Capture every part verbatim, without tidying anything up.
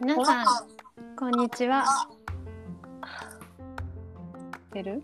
皆さんこんにちは。出る？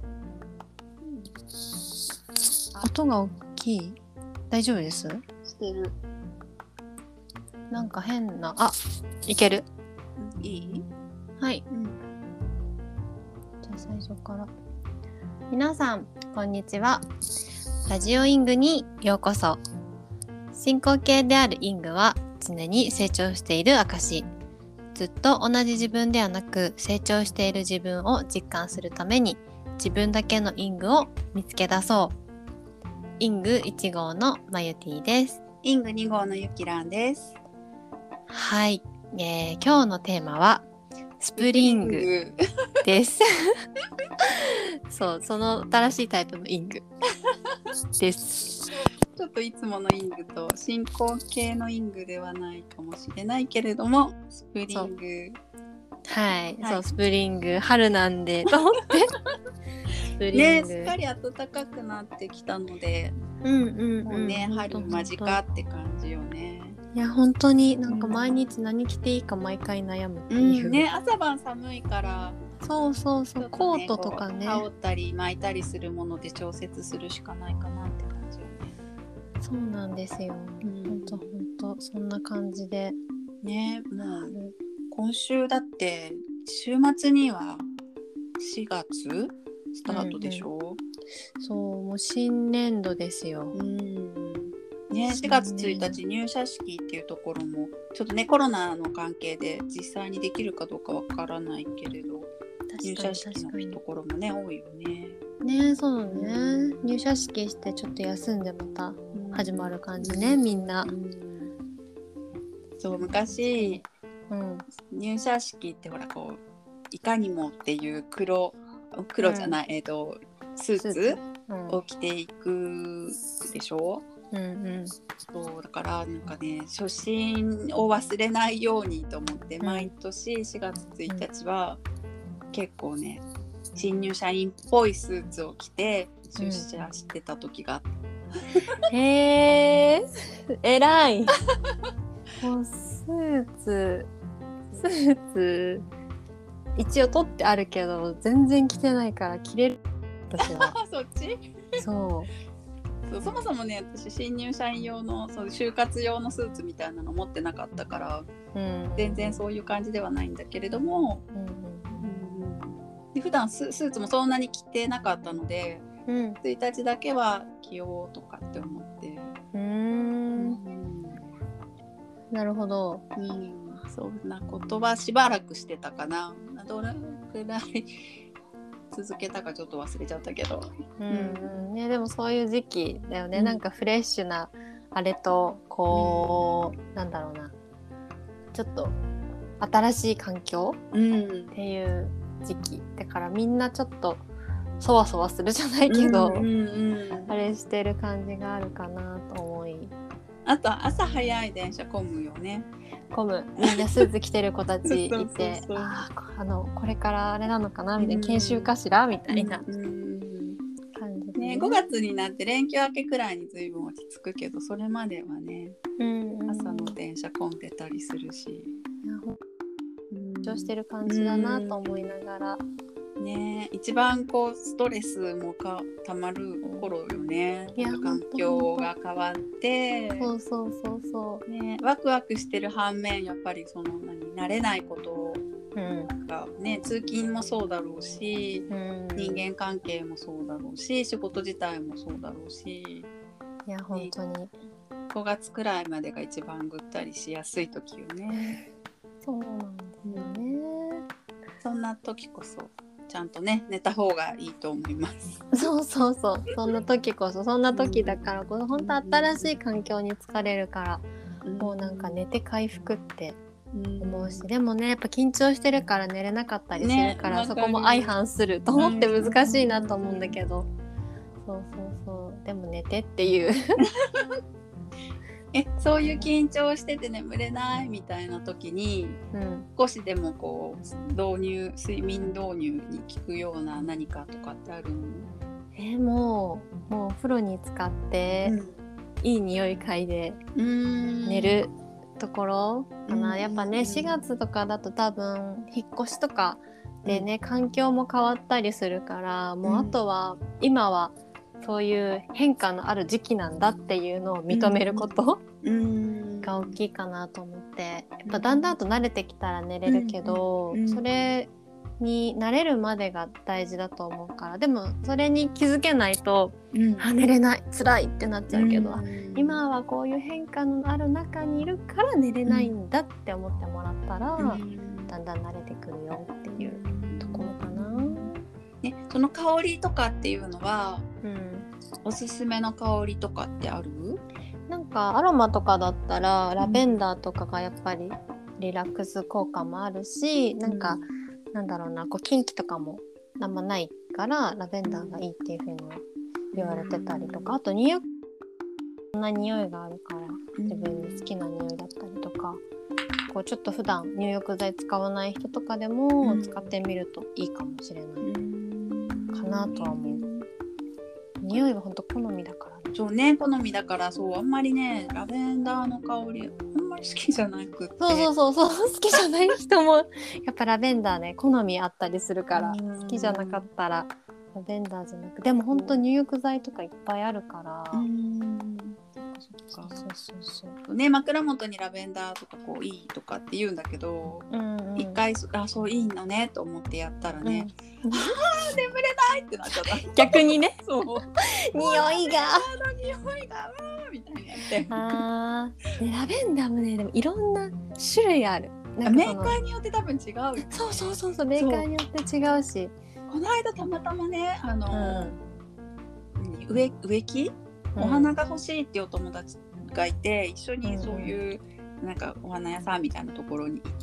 音が大きい？大丈夫です？ してる。 なんか変な、あ、いける。 いい？ はい、うん、じゃあ最初から。皆さんこんにちは。ラジオイングにようこそ。進行形であるイングは常に成長している証。ずっと同じ自分ではなく成長している自分を実感するために自分だけのイングを見つけ出そう。イングいち号のマユティです。 イングに号のユキランです。 はい、えー、今日のテーマはスプリングですそう、その新しいタイプのイングですちょっといつものイングと進行形のイングではないかもしれないけれどもスプリング、 はい、はい、そうスプリング春なんでと思ってスプリングね、すっかり暖かくなってきたので、 うんうんうん、 もうね春間近って感じよね。 いや本当になんか毎日何着ていいか毎回悩むっていう、 うん、ね、朝晩寒いからそうそうそう、ね、コートとかね羽織ったり巻いたりするもので調節するしかないかなって感じよね。 そうなんですよ、うん、ほんとほんとそんな感じでね、もう今週だって週末にはしがつスタートでしょ、うんうん、 そうもう新年度ですよ、 うんね、しがつついたち入社式っていうところもちょっとねコロナの関係で実際にできるかどうかわからないけれど入社式のところもね多いよね。 ね、そうね、うん、入社式してちょっと休んでまた始まる感じね、うん、みんな、うん、 そう昔、うん、入社式ってほらこういかにもっていう黒黒じゃない、うん、えーとスーツを着ていくでしょ、うんうん、そうだからなんかね初心を忘れないようにと思って、うん、毎年しがつついたちは、うん、結構ね新入社員っぽいスーツを着て出社してた時があった、 うん、へー偉いもうスーツスーツ一応取ってあるけど全然着てないから着れる私はそっちそうそうそもそもね私新入社員用のそう就活用のスーツみたいなの持ってなかったから、うん、全然そういう感じではないんだけれども、うんうん、で普段 ス, スーツもそんなに着てなかったので、うん、ついたちだけは着ようとかって思ってうーん、うん、 なるほど、 うん、そんなことはしばらくしてたかな。どれくらい続けたかちょっと忘れちゃったけど、 うんうんね、でもそういう時期だよね、うん、なんかフレッシュなあれとこう、うん、なんだろうなちょっと新しい環境、うん、っていう時期だからみんなちょっとそわそわするじゃないけど、うんうんうん、あれしてる感じがあるかなと思い、 あと朝早い電車混むよね。 混む、みんなスーツ着てる子たちいてそうそうそう、ああのこれからあれなのかなみたいな、研修かしらみたいな感じで、ね、 ごがつになって連休明けくらいに随分落ち着くけどそれまではね、うんうん、朝の電車混んでたりするし緊張してる感じだなと思いながらね、一番こうストレスもかたまる頃よね。環境が変わってそうそうそうそう、 ね、ワクワクしてる反面やっぱりその何慣れないことが、ね、うん、通勤もそうだろうし、うん、人間関係もそうだろうし仕事自体もそうだろうし、 いや本当に、ね、 ごがつくらいまでが一番ぐったりしやすい時よね。 そうなんですよね、うん、 そんな時こそちゃんとね寝た方がいいと思います。 そうそうそう、そんな時こそそんな時だからこそ本当新しい環境に疲れるから、うん、もうなんか寝て回復って思うし、うん、でもねやっぱ緊張してるから寝れなかったりするから、ね、そこも相反すると思って難しいなと思うんだけど、うん、そうそうそうでも寝てっていうえそういう緊張してて眠れないみたいな時に、うん、少しでもこう導入睡眠導入に効くような何かとかってあるの？ えもうもうお風呂に浸かって、うん、いい匂い嗅いで寝るところかな、うん、やっぱねしがつとかだと多分引っ越しとかでね、うん、環境も変わったりするからもうあとは今はそういう変化のある時期なんだっていうのを認めること、うん、が大きいかなと思って、やっぱだんだんと慣れてきたら寝れるけど、うんうん、それに慣れるまでが大事だと思うから、でもそれに気づけないと、うん、あ寝れない辛いってなっちゃうけど、うん、今はこういう変化のある中にいるから寝れないんだって思ってもらったら、うん、だんだん慣れてくるよっていうところかな、 ね、その香りとかっていうのは、うん、おすすめの香りとかってある？ なんかアロマとかだったらラベンダーとかがやっぱりリラックス効果もあるし、うん、なんかなんだろうな、こうキンキとかもあんまないからラベンダーがいいっていう風に言われてたりとか、あと匂いこんな匂いがあるから自分に好きな匂いだったりとか、こうちょっと普段入浴剤使わない人とかでも使ってみるといいかもしれないかなとは思う。匂いは本当好みだからね。 そうね、好みだからそうあんまりねラベンダーの香りあんまり好きじゃなくて、 そうそうそうそう好きじゃない人もやっぱラベンダーね好みあったりするから好きじゃなかったらラベンダーじゃなく、でも本当入浴剤とかいっぱいあるから、うん、 そっかそうそうそうね、枕元にラベンダーとかこういいとかって言うんだけど、うんうん、一回あそういいのねと思ってやったらね、うん、あー眠れないってなっちゃった逆にねそう匂いが匂いがうーみたいになってあー、ね、ラベンダーもねでもいろんな種類ある。 なんかメーカーによって多分違うよ、ね、 そうそうそうそうメーカーによって違うし、 この間たまたまねあの、うん、植, 植木、うん、お花が欲しいっていうお友達がいて一緒にそういう、うん、なんかお花屋さんみたいなところに行って、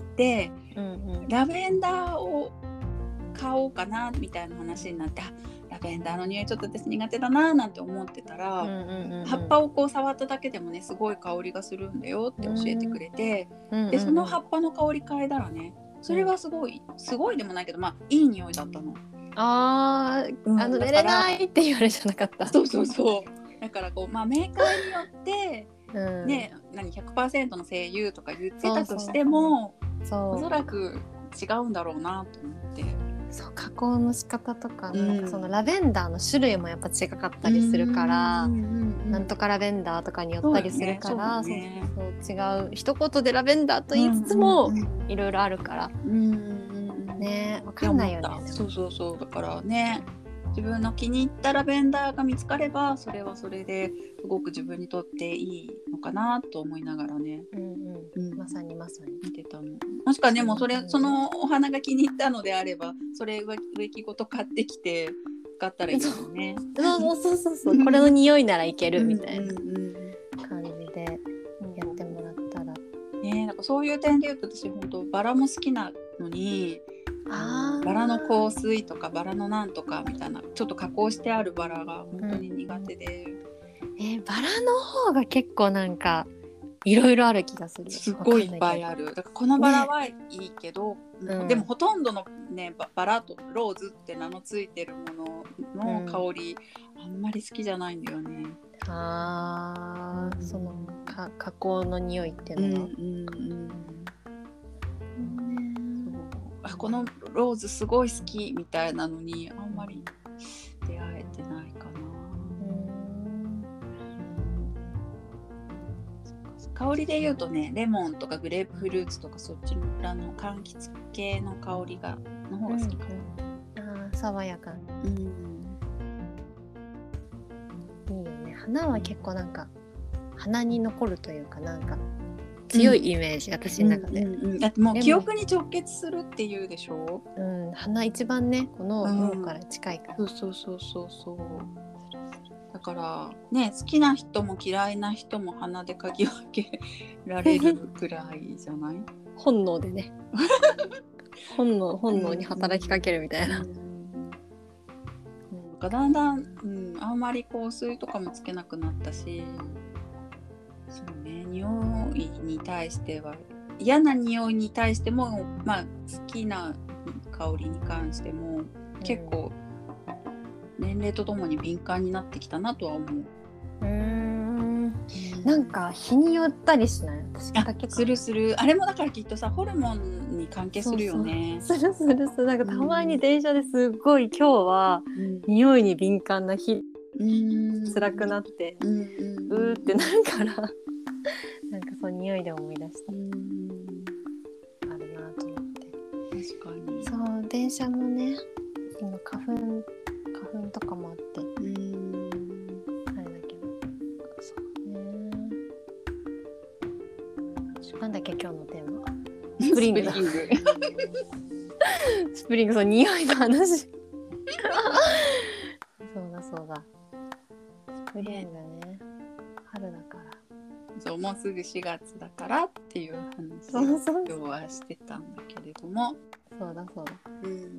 うんうん、ラベンダーを買おうかなみたいな話になって、ラベンダーの匂いちょっと私苦手だななんて思ってたら、うんうんうん、葉っぱをこう触っただけでもねすごい香りがするんだよって教えてくれて、うんうんうん、でその葉っぱの香り嗅いだらねそれはすごいすごいでもないけどまあいい匂いだったの。 あー、うん、あの寝れないって言われじゃなかった。 そうそうそうだからこう、まあ、メーカーによってうん、ね何 ひゃくパーセント の精油とか言ってたとしてもそうおそらく違うんだろうなと思って。 そう加工の仕方とか、うん、なんかそのラベンダーの種類もやっぱ違かったりするから、うんうんうん、なんとかラベンダーとかによったりするから、そう、ね、そうそう違う一言でラベンダーと言いつつもいろいろあるから、うんうんうん、ね分かんないよね。 そうそうそうだからね自分の気に入ったラベンダーが見つかればそれはそれですごく自分にとっていいのかなと思いながらね、うんうんうん、まさにまさに見てたの。もしくはねもうそれそのお花が気に入ったのであればそれ植木ごと買ってきて使ったらいいよね。 そうそうそうそうこれの匂いならいけるみたいな感じでやってもらったら、 ね、なんかそういう点で言うと私本当バラも好きなのにあバラの香水とかバラのなんとかみたいなちょっと加工してあるバラが本当に苦手で、うんえー、バラの方が結構なんかいろいろある気がする。 すごいいっぱいある。だからこのバラはいいけど、ねうん、でもほとんどの、ね、バラとローズって名のついてるものの香り、うん、あんまり好きじゃないんだよね。 あー、そのか加工の匂いっていうのは、うんうんうんあこのローズすごい好きみたいなのにあんまり出会えてないかな。香りで言うとねレモンとかグレープフルーツとかそっちらの柑橘系の香りがの方が好きかな、 うんうん、あ爽やか、うん、いいよね。花は結構なんか鼻に残るというかなんか強いイメージ、うん、私の中で、うんうんうん、 だってもう記憶に直結するっていうでしょ、 うん、鼻一番ねこの脳から近いから、 うん、そうそうそうそうだからね好きな人も嫌いな人も鼻で嗅ぎ分けられるくらいじゃない本能でね本能本能に働きかけるみたいな、うんうん、だんだん、うん、あんまり香水とかもつけなくなったしそうね匂いに対しては嫌な匂いに対しても、まあ、好きな香りに関しても、うん、結構年齢とともに敏感になってきたなとは思う。 うーんなんか日によったりしない？私だけするする。あれもだからきっとさホルモンに関係するよね。 そうそうするするする。なんかたまに電車ですっごい今日は匂いに敏感な日、うん、辛くなって、うん、うーってなるからなんかそう匂いで思い出した。うん、あるなと思って。 確かに。 そう電車もね今花粉花粉とかもあって、うん、あれだけどそうね。なんだっけ今日のテーマ。スプリングだ。スプリングそう匂いの話。そうだそうだ。スプリングね春だから。 そうもうすぐしがつだからっていう話を今日はしてたんだけれども。 そうだそうだ。 うん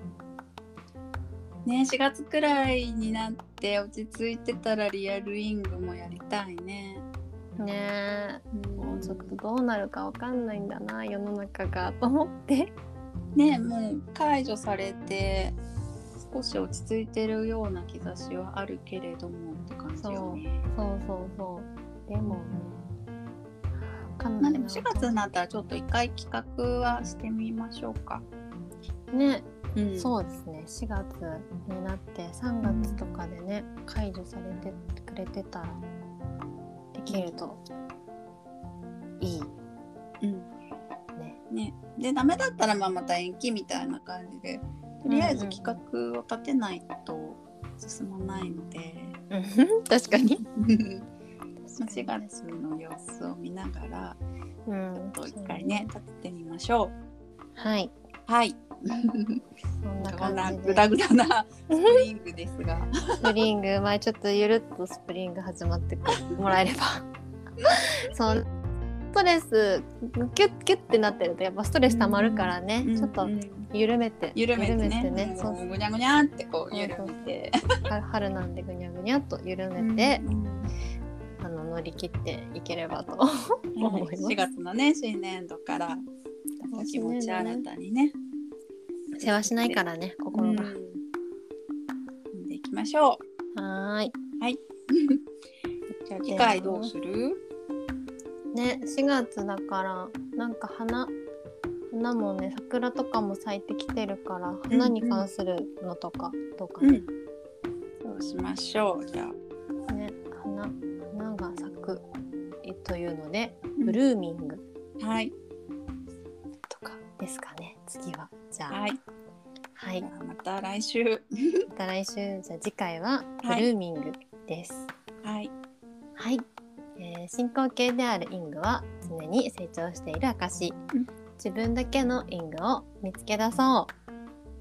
ね、しがつくらいになって落ち着いてたらリアルイングもやりたいね。 ねえ、うん、もうちょっとどうなるかわかんないんだな世の中がと思ってね。もう解除されて少し落ち着いてるような兆しはあるけれどもって感じよね。 そうそうそうそうでもねわかんないな。しがつになったらちょっと一回企画はしてみましょうかね。うん、そうですねしがつになってさんがつとかでね解除されてくれてたらできるといい、うんねね、でダメだったらまあまた延期みたいな感じでとりあえず企画を立てないと進まないので、 うんうん、確かにしがつの様子を見ながら、うん、ちょっと一回ね立ててみましょう。 はいはいそんな感じでグダグダなスプリングですがスプリング前ちょっとゆるっとスプリング始まってもらえればそうストレスキュッキュッってなってるとやっぱストレス溜まるからね、うん、ちょっと緩めて、 うん、緩めてね、 緩めてねそうそうぐにゃぐにゃってこう緩めて春なんでぐにゃぐにゃっと緩めて、うん、あの乗り切っていければと思います。 しがつのね新年度から気持ち新たにね世話しないからね心が、うん、 でいきましょう。はーいはいじゃあ次回どうするね。しがつだからなんか花花もね桜とかも咲いてきてるから花に関するのとかどうかね、 うんうん、そうしましょう。じゃあね花花が咲くというので、うん、ブルーミングはいとかですかね次は。じゃあ、 はいはい、 また来週また来週。じゃあ次回はブルーミングです。 はいはい、えー、進行形であるイングは常に成長している証、うん、自分だけのイングを見つけ出そう。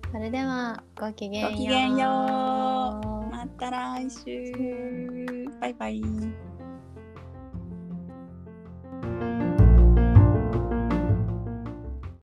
それではごきげんよう。 ごきげんよう。また来週。バイバイ。